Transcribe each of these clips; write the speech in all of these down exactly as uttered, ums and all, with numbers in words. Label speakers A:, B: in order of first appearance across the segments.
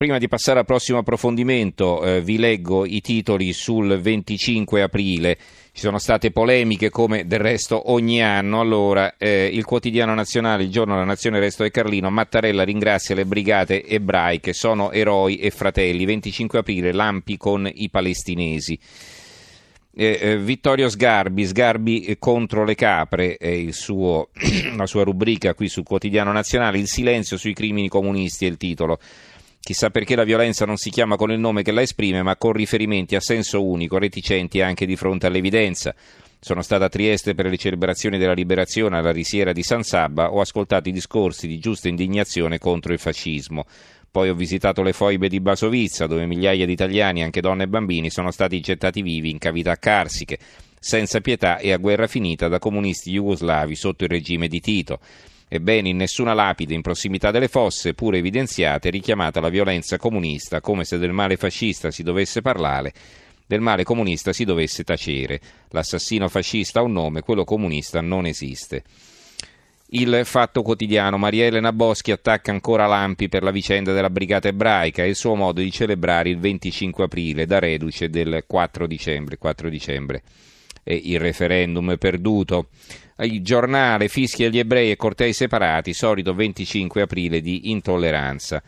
A: Prima di passare al prossimo approfondimento, eh, vi leggo i titoli sul venticinque aprile. Ci sono state polemiche come del resto ogni anno. Allora, eh, il quotidiano nazionale, il giorno della nazione, Resto e Carlino, Mattarella ringrazia le brigate ebraiche, sono eroi e fratelli. venticinque aprile, lampi con i palestinesi. Eh, eh, Vittorio Sgarbi, Sgarbi contro le capre, è il suo, la sua rubrica qui sul quotidiano nazionale. Il silenzio sui crimini comunisti è il titolo. Chissà perché la violenza non si chiama con il nome che la esprime, ma con riferimenti a senso unico, reticenti anche di fronte all'evidenza. Sono stata a Trieste per le celebrazioni della liberazione alla risiera di San Sabba, ho ascoltato i discorsi di giusta indignazione contro il fascismo. Poi ho visitato le foibe di Basovizza, dove migliaia di italiani, anche donne e bambini, sono stati gettati vivi in cavità carsiche, senza pietà e a guerra finita da comunisti jugoslavi sotto il regime di Tito. Ebbene, in nessuna lapide in prossimità delle fosse, pure evidenziate, è richiamata la violenza comunista, come se del male fascista si dovesse parlare, del male comunista si dovesse tacere. L'assassino fascista ha un nome, quello comunista non esiste. Il Fatto Quotidiano, Maria Elena Boschi attacca ancora Lampi per la vicenda della brigata ebraica e il suo modo di celebrare il venticinque aprile, da reduce del quattro dicembre. quattro dicembre. E il referendum perduto. Il Giornale, fischia gli ebrei e cortei separati, solito venticinque aprile di intolleranza.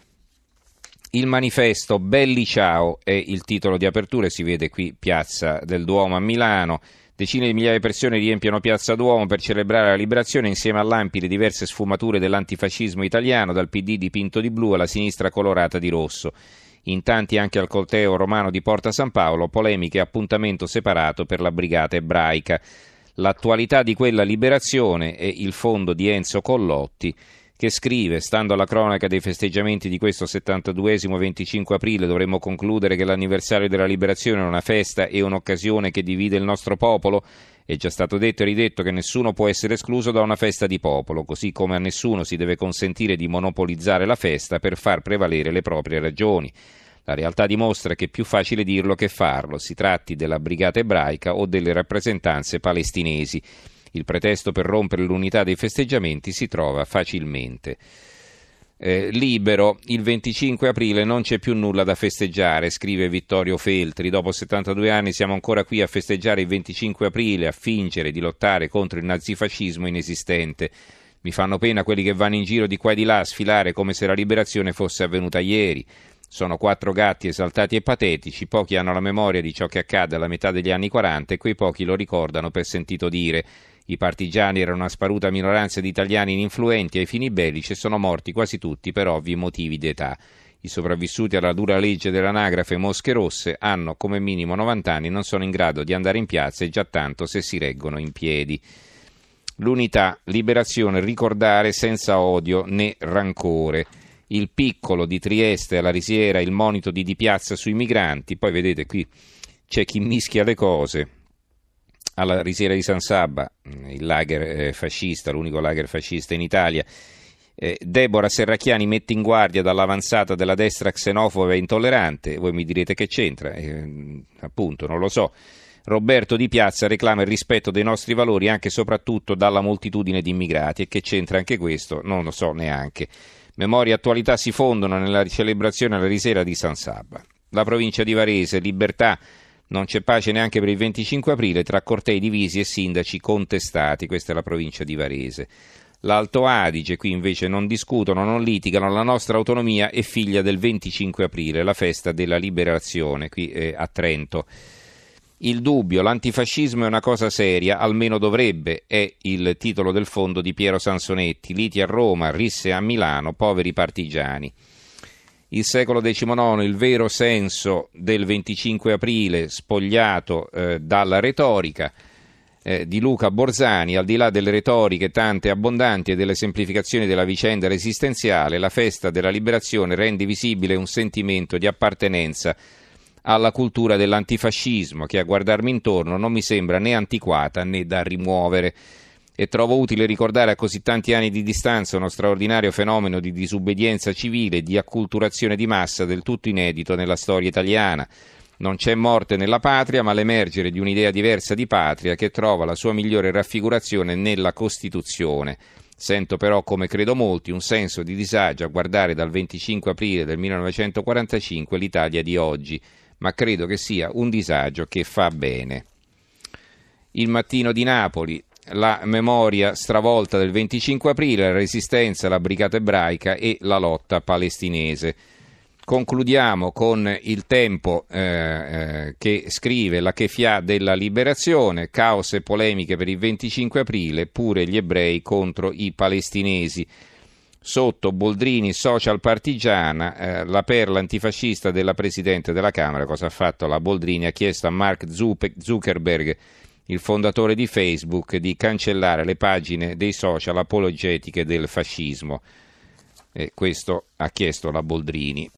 A: Il Manifesto, Belli ciao, è il titolo di apertura, si vede qui Piazza del Duomo a Milano. Decine di migliaia di persone riempiono Piazza Duomo per celebrare la liberazione insieme a lampi le diverse sfumature dell'antifascismo italiano, dal P D dipinto di blu alla sinistra colorata di rosso. In tanti anche al corteo romano di Porta San Paolo, polemiche e appuntamento separato per la brigata ebraica. L'attualità di quella liberazione è il fondo di Enzo Collotti, che scrive: stando alla cronaca dei festeggiamenti di questo settantaduesimo venticinque aprile, dovremmo concludere che l'anniversario della liberazione è una festa e un'occasione che divide il nostro popolo. È già stato detto e ridetto che nessuno può essere escluso da una festa di popolo, così come a nessuno si deve consentire di monopolizzare la festa per far prevalere le proprie ragioni. La realtà dimostra che è più facile dirlo che farlo, si tratti della brigata ebraica o delle rappresentanze palestinesi. Il pretesto per rompere l'unità dei festeggiamenti si trova facilmente. Eh, Libero, il venticinque aprile non c'è più nulla da festeggiare, scrive Vittorio Feltri. Dopo settantadue anni siamo ancora qui a festeggiare il venticinque aprile, a fingere di lottare contro il nazifascismo inesistente. Mi fanno pena quelli che vanno in giro di qua e di là a sfilare come se la liberazione fosse avvenuta ieri. Sono quattro gatti esaltati e patetici, pochi hanno la memoria di ciò che accadde alla metà degli anni quaranta e quei pochi lo ricordano per sentito dire. I partigiani erano una sparuta minoranza di italiani ininfluenti ai fini bellici e sono morti quasi tutti per ovvi motivi d'età. I sopravvissuti alla dura legge dell'anagrafe Mosche Rosse hanno come minimo novanta anni, non sono in grado di andare in piazza e già tanto se si reggono in piedi. L'Unità, liberazione, ricordare senza odio né rancore. Il Piccolo di Trieste alla risiera, il monito di Di Piazza sui migranti. Poi vedete qui c'è chi mischia le cose. Alla risiera di San Sabba, il lager eh, fascista, l'unico lager fascista in Italia. Eh, Deborah Serracchiani mette in guardia dall'avanzata della destra xenofoba e intollerante. Voi mi direte che c'entra? Eh, appunto, non lo so. Roberto Di Piazza reclama il rispetto dei nostri valori anche e soprattutto dalla moltitudine di immigrati. E che c'entra anche questo? Non lo so neanche. Memoria e attualità si fondono nella celebrazione alla risiera di San Sabba. La provincia di Varese, libertà, non c'è pace neanche per il venticinque aprile tra cortei divisi e sindaci contestati. Questa è la provincia di Varese. L'Alto Adige, qui invece non discutono, non litigano, la nostra autonomia è figlia del venticinque aprile, la festa della liberazione, qui eh, a Trento. Il Dubbio, l'antifascismo è una cosa seria, almeno dovrebbe, è il titolo del fondo di Piero Sansonetti. Liti a Roma, risse a Milano, poveri partigiani. Il Secolo diciannove, il vero senso del venticinque aprile, spogliato eh, dalla retorica, eh, di Luca Borzani. Al di là delle retoriche tante e abbondanti e delle semplificazioni della vicenda resistenziale, la festa della liberazione rende visibile un sentimento di appartenenza alla cultura dell'antifascismo che, a guardarmi intorno, non mi sembra né antiquata né da rimuovere. E trovo utile ricordare a così tanti anni di distanza uno straordinario fenomeno di disobbedienza civile e di acculturazione di massa del tutto inedito nella storia italiana. Non c'è morte nella patria, ma l'emergere di un'idea diversa di patria che trova la sua migliore raffigurazione nella Costituzione. Sento però, come credo molti, un senso di disagio a guardare dal venticinque aprile del millenovecentoquarantacinque l'Italia di oggi, ma credo che sia un disagio che fa bene. Il Mattino di Napoli, la memoria stravolta del venticinque aprile, la resistenza, la brigata ebraica e la lotta palestinese. Concludiamo con Il Tempo eh, eh, che scrive: la chefia della liberazione, caos e polemiche per il venticinque aprile, pure gli ebrei contro i palestinesi. Sotto Boldrini, social partigiana, eh, la perla antifascista della Presidente della Camera. Cosa ha fatto la Boldrini? Ha chiesto a Mark Zuckerberg, il fondatore di Facebook, di cancellare le pagine dei social apologetiche del fascismo. E questo ha chiesto la Boldrini.